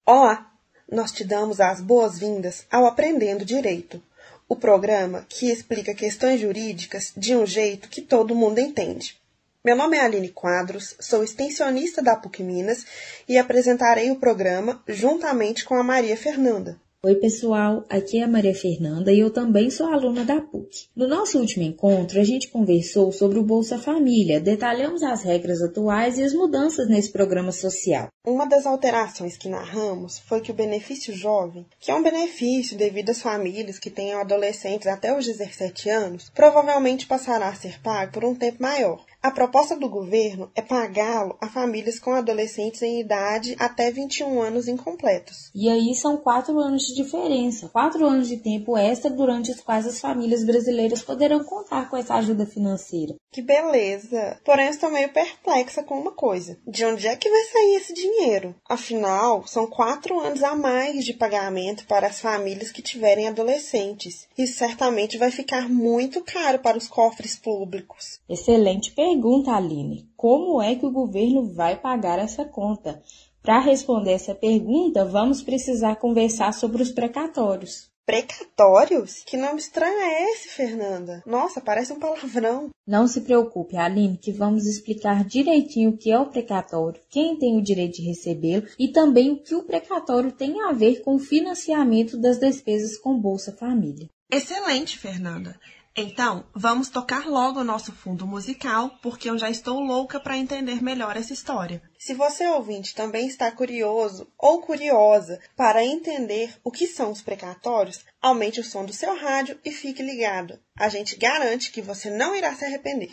Olá! Nós te damos as boas-vindas ao Aprendendo Direito, o programa que explica questões jurídicas de um jeito que todo mundo entende. Meu nome é Aline Quadros, sou extensionista da PUC Minas e apresentarei o programa juntamente com a Maria Fernanda. Oi pessoal, aqui é a Maria Fernanda e eu também sou aluna da PUC. No nosso último encontro, a gente conversou sobre o Bolsa Família, detalhamos as regras atuais e as mudanças nesse programa social. Uma das alterações que narramos foi que o benefício jovem, que é um benefício devido às famílias que tenham adolescentes até os 17 anos, provavelmente passará a ser pago por um tempo maior. A proposta do governo é pagá-lo a famílias com adolescentes em idade até 21 anos incompletos. E aí são 4 anos de diferença, 4 anos de tempo extra durante os quais as famílias brasileiras poderão contar com essa ajuda financeira. Que beleza! Porém, eu estou meio perplexa com uma coisa. De onde é que vai sair esse dinheiro? Afinal, são 4 anos a mais de pagamento para as famílias que tiverem adolescentes. Isso certamente vai ficar muito caro para os cofres públicos. Excelente pergunta, Aline. Como é que o governo vai pagar essa conta? Para responder essa pergunta, vamos precisar conversar sobre os precatórios. Precatórios? Que nome estranho é esse, Fernanda? Nossa, parece um palavrão. Não se preocupe, Aline, que vamos explicar direitinho o que é o precatório, quem tem o direito de recebê-lo e também o que o precatório tem a ver com o financiamento das despesas com Bolsa Família. Excelente, Fernanda. Então, vamos tocar logo o nosso fundo musical, porque eu já estou louca para entender melhor essa história. Se você, ouvinte, também está curioso ou curiosa para entender o que são os precatórios, aumente o som do seu rádio e fique ligado. A gente garante que você não irá se arrepender.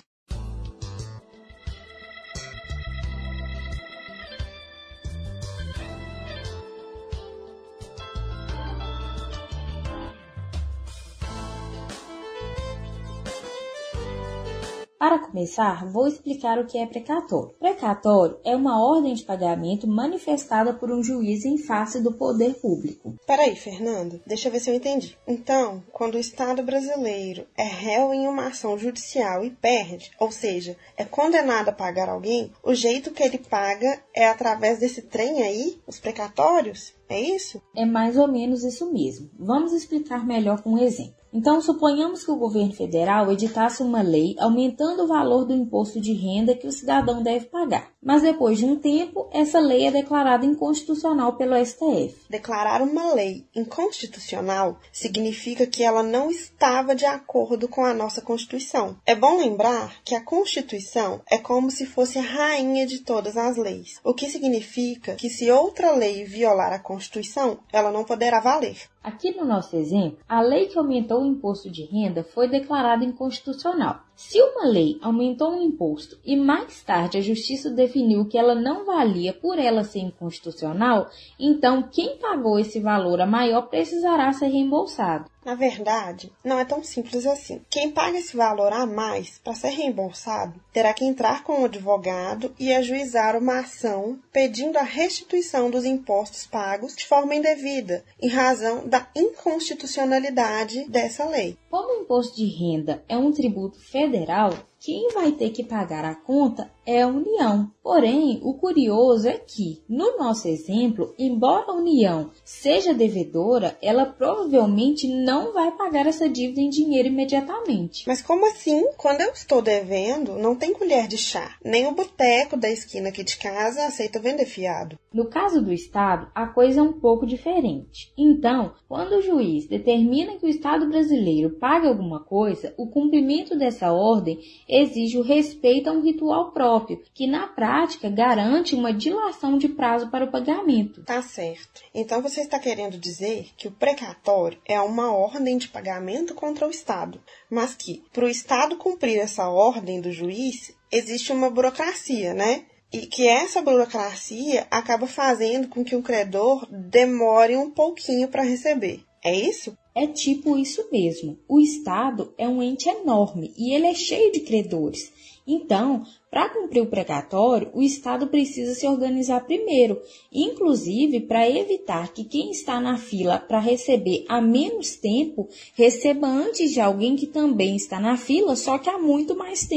Para começar, vou explicar o que é precatório. Precatório é uma ordem de pagamento manifestada por um juiz em face do poder público. Peraí, Fernanda, deixa eu ver se eu entendi. Então, quando o Estado brasileiro é réu em uma ação judicial e perde, ou seja, é condenado a pagar alguém, o jeito que ele paga é através desse trem aí, os precatórios? É isso? É mais ou menos isso mesmo. Vamos explicar melhor com um exemplo. Então, suponhamos que o governo federal editasse uma lei aumentando o valor do imposto de renda que o cidadão deve pagar. Mas depois de um tempo, essa lei é declarada inconstitucional pelo STF. Declarar uma lei inconstitucional significa que ela não estava de acordo com a nossa Constituição. É bom lembrar que a Constituição é como se fosse a rainha de todas as leis, o que significa que se outra lei violar a Constituição, ela não poderá valer. Aqui no nosso exemplo, a lei que aumentou o imposto de renda foi declarada inconstitucional. Se uma lei aumentou um imposto e mais tarde a Justiça definiu que ela não valia por ela ser inconstitucional, então quem pagou esse valor a maior precisará ser reembolsado. Na verdade, não é tão simples assim. Quem paga esse valor a mais para ser reembolsado terá que entrar com um advogado e ajuizar uma ação pedindo a restituição dos impostos pagos de forma indevida, em razão da inconstitucionalidade dessa lei. Como o imposto de renda é um tributo federal, quem vai ter que pagar a conta é a União. Porém, o curioso é que, no nosso exemplo, embora a União seja devedora, ela provavelmente não vai pagar essa dívida em dinheiro imediatamente. Mas como assim? Quando eu estou devendo, não tem colher de chá. Nem o boteco da esquina aqui de casa aceita vender fiado. No caso do Estado, a coisa é um pouco diferente. Então, quando o juiz determina que o Estado brasileiro pague alguma coisa, o cumprimento dessa ordem exige o respeito a um ritual próprio, que na prática garante uma dilação de prazo para o pagamento. Tá certo. Então você está querendo dizer que o precatório é uma ordem de pagamento contra o Estado, mas que, para o Estado cumprir essa ordem do juiz, existe uma burocracia, né? E que essa burocracia acaba fazendo com que o credor demore um pouquinho para receber. É isso? É tipo isso mesmo. O Estado é um ente enorme e ele é cheio de credores. Então, para cumprir o precatório, o Estado precisa se organizar primeiro, inclusive para evitar que quem está na fila para receber há menos tempo receba antes de alguém que também está na fila, só que há muito mais tempo.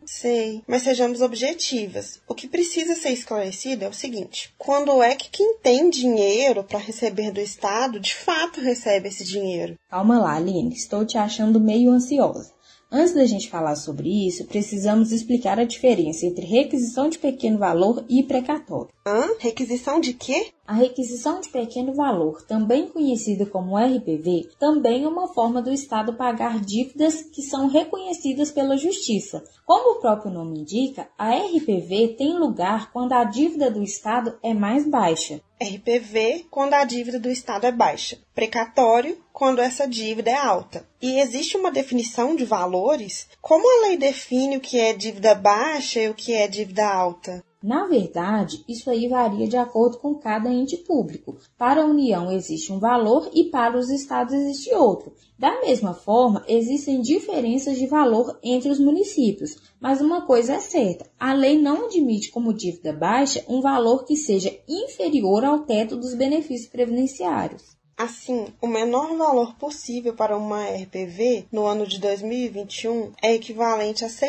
Sei, mas sejamos objetivas. O que precisa ser esclarecido é o seguinte: quando é que quem tem dinheiro para receber do Estado, de fato recebe esse dinheiro? Calma lá, Aline, estou te achando meio ansiosa. Antes da gente falar sobre isso, precisamos explicar a diferença entre requisição de pequeno valor e precatório. Requisição de quê? A requisição de pequeno valor, também conhecida como RPV, também é uma forma do Estado pagar dívidas que são reconhecidas pela Justiça. Como o próprio nome indica, a RPV tem lugar quando a dívida do Estado é mais baixa. RPV, quando a dívida do Estado é baixa. Precatório, quando essa dívida é alta. E existe uma definição de valores? Como a lei define o que é dívida baixa e o que é dívida alta? Na verdade, isso aí varia de acordo com cada ente público. Para a União existe um valor e para os estados existe outro. Da mesma forma, existem diferenças de valor entre os municípios. Mas uma coisa é certa, a lei não admite como dívida baixa um valor que seja inferior ao teto dos benefícios previdenciários. Assim, o menor valor possível para uma RPV no ano de 2021 é equivalente a R$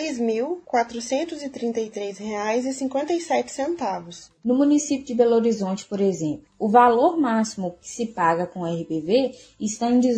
6.433,57. No município de Belo Horizonte, por exemplo, o valor máximo que se paga com RPV está em R$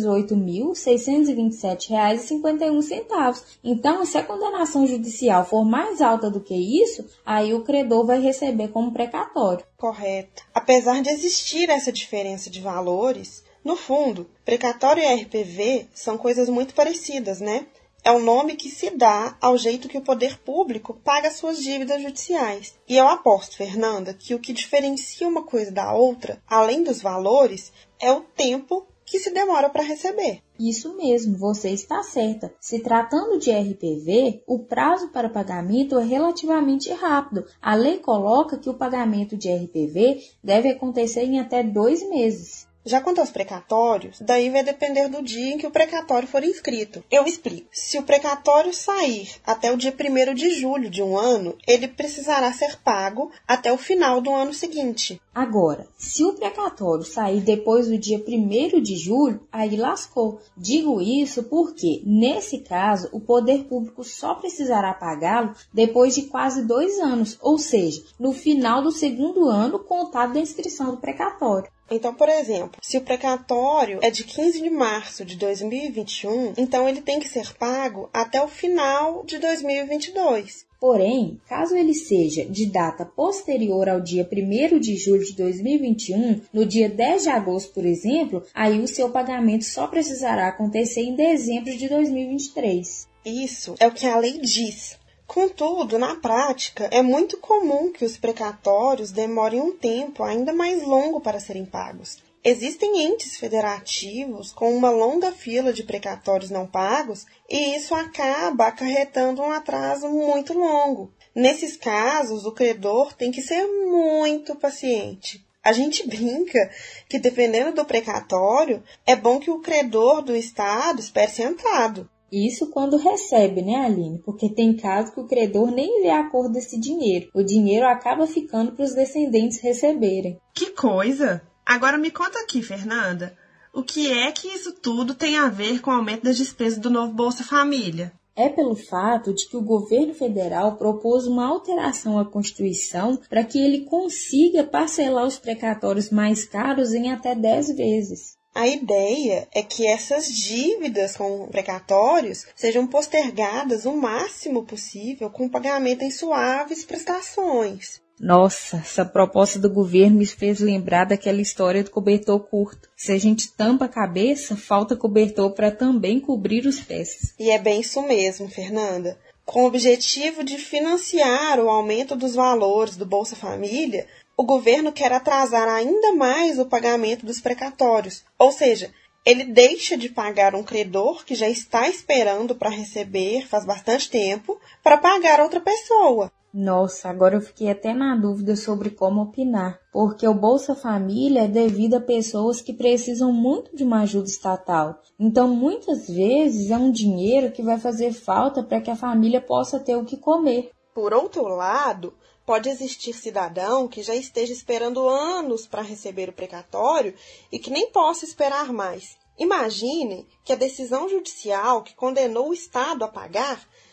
18.627,51. Então, se a condenação judicial for mais alta do que isso, aí o credor vai receber como precatório. Correto. Apesar de existir essa diferença de valores, no fundo, precatório e RPV são coisas muito parecidas, né? É o nome que se dá ao jeito que o poder público paga suas dívidas judiciais. E eu aposto, Fernanda, que o que diferencia uma coisa da outra, além dos valores, é o tempo que se demora para receber. Isso mesmo, você está certa. Se tratando de RPV, o prazo para pagamento é relativamente rápido. A lei coloca que o pagamento de RPV deve acontecer em até 2 meses. Já quanto aos precatórios, daí vai depender do dia em que o precatório for inscrito. Eu explico. Se o precatório sair até o dia 1º de julho de um ano, ele precisará ser pago até o final do ano seguinte. Agora, se o precatório sair depois do dia 1º de julho, aí lascou. Digo isso porque, nesse caso, o poder público só precisará pagá-lo depois de quase 2 anos, ou seja, no final do 2º ano contado da inscrição do precatório. Então, por exemplo, se o precatório é de 15 de março de 2021, então ele tem que ser pago até o final de 2022. Porém, caso ele seja de data posterior ao dia 1º de julho de 2021, no dia 10 de agosto, por exemplo, aí o seu pagamento só precisará acontecer em dezembro de 2023. Isso é o que a lei diz. Contudo, na prática, é muito comum que os precatórios demorem um tempo ainda mais longo para serem pagos. Existem entes federativos com uma longa fila de precatórios não pagos e isso acaba acarretando um atraso muito longo. Nesses casos, o credor tem que ser muito paciente. A gente brinca que, dependendo do precatório, é bom que o credor do Estado espere sentado. Isso quando recebe, né, Aline? Porque tem casos que o credor nem vê a cor desse dinheiro. O dinheiro acaba ficando para os descendentes receberem. Que coisa! Agora me conta aqui, Fernanda, o que é que isso tudo tem a ver com o aumento das despesas do novo Bolsa Família? É pelo fato de que o governo federal propôs uma alteração à Constituição para que ele consiga parcelar os precatórios mais caros em até 10 vezes. A ideia é que essas dívidas com precatórios sejam postergadas o máximo possível com pagamento em suaves prestações. Nossa, essa proposta do governo me fez lembrar daquela história do cobertor curto. Se a gente tampa a cabeça, falta cobertor para também cobrir os pés. E é bem isso mesmo, Fernanda. Com o objetivo de financiar o aumento dos valores do Bolsa Família, o governo quer atrasar ainda mais o pagamento dos precatórios, ou seja, ele deixa de pagar um credor que já está esperando para receber faz bastante tempo para pagar outra pessoa. Nossa, agora eu fiquei até na dúvida sobre como opinar, porque o Bolsa Família é devido a pessoas que precisam muito de uma ajuda estatal. Então, muitas vezes é um dinheiro que vai fazer falta para que a família possa ter o que comer. Por outro lado, pode existir cidadão que já esteja esperando anos para receber o precatório e que nem possa esperar mais. Imagine que a decisão judicial que condenou o Estado a pagar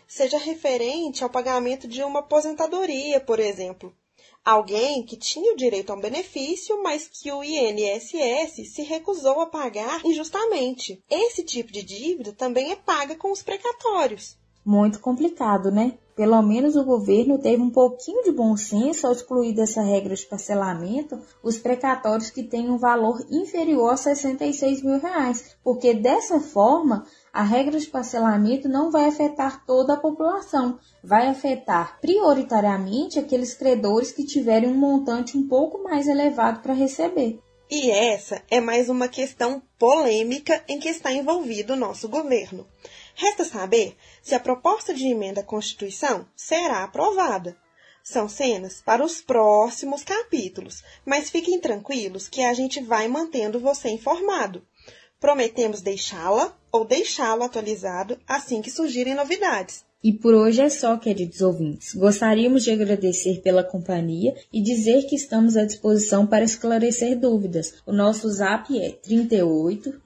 seja referente ao pagamento de uma aposentadoria, por exemplo. Alguém que tinha o direito a um benefício, mas que o INSS se recusou a pagar injustamente. Esse tipo de dívida também é paga com os precatórios. Muito complicado, né? Pelo menos o governo teve um pouquinho de bom senso ao excluir dessa regra de parcelamento os precatórios que têm um valor inferior a R$66 mil, porque dessa forma a regra de parcelamento não vai afetar toda a população, vai afetar prioritariamente aqueles credores que tiverem um montante um pouco mais elevado para receber. E essa é mais uma questão polêmica em que está envolvido o nosso governo. Resta saber se a proposta de emenda à Constituição será aprovada. São cenas para os próximos capítulos, mas fiquem tranquilos que a gente vai mantendo você informado. Prometemos deixá-la ou deixá-lo atualizado assim que surgirem novidades. E por hoje é só, queridos ouvintes. Gostaríamos de agradecer pela companhia e dizer que estamos à disposição para esclarecer dúvidas. O nosso zap é 38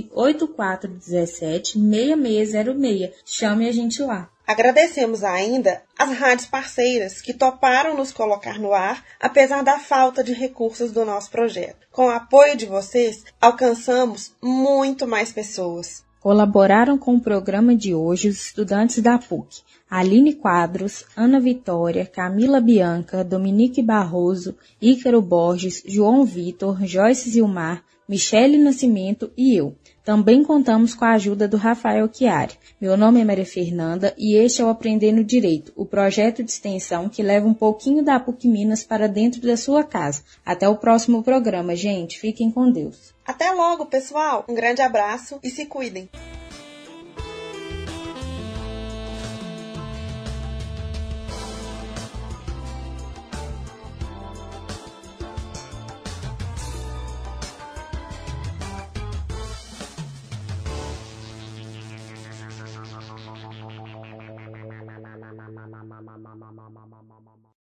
98417 6606. Chame a gente lá. Agradecemos ainda as rádios parceiras que toparam nos colocar no ar, apesar da falta de recursos do nosso projeto. Com o apoio de vocês, alcançamos muito mais pessoas. Colaboraram com o programa de hoje os estudantes da PUC, Aline Quadros, Ana Vitória, Camila Bianca, Dominique Barroso, Ícaro Borges, João Vitor, Joyce Zilmar, Michele Nascimento e eu. Também contamos com a ajuda do Rafael Chiari. Meu nome é Maria Fernanda e este é o Aprendendo Direito, o projeto de extensão que leva um pouquinho da PUC Minas para dentro da sua casa. Até o próximo programa, gente. Fiquem com Deus. Até logo, pessoal. Um grande abraço e se cuidem.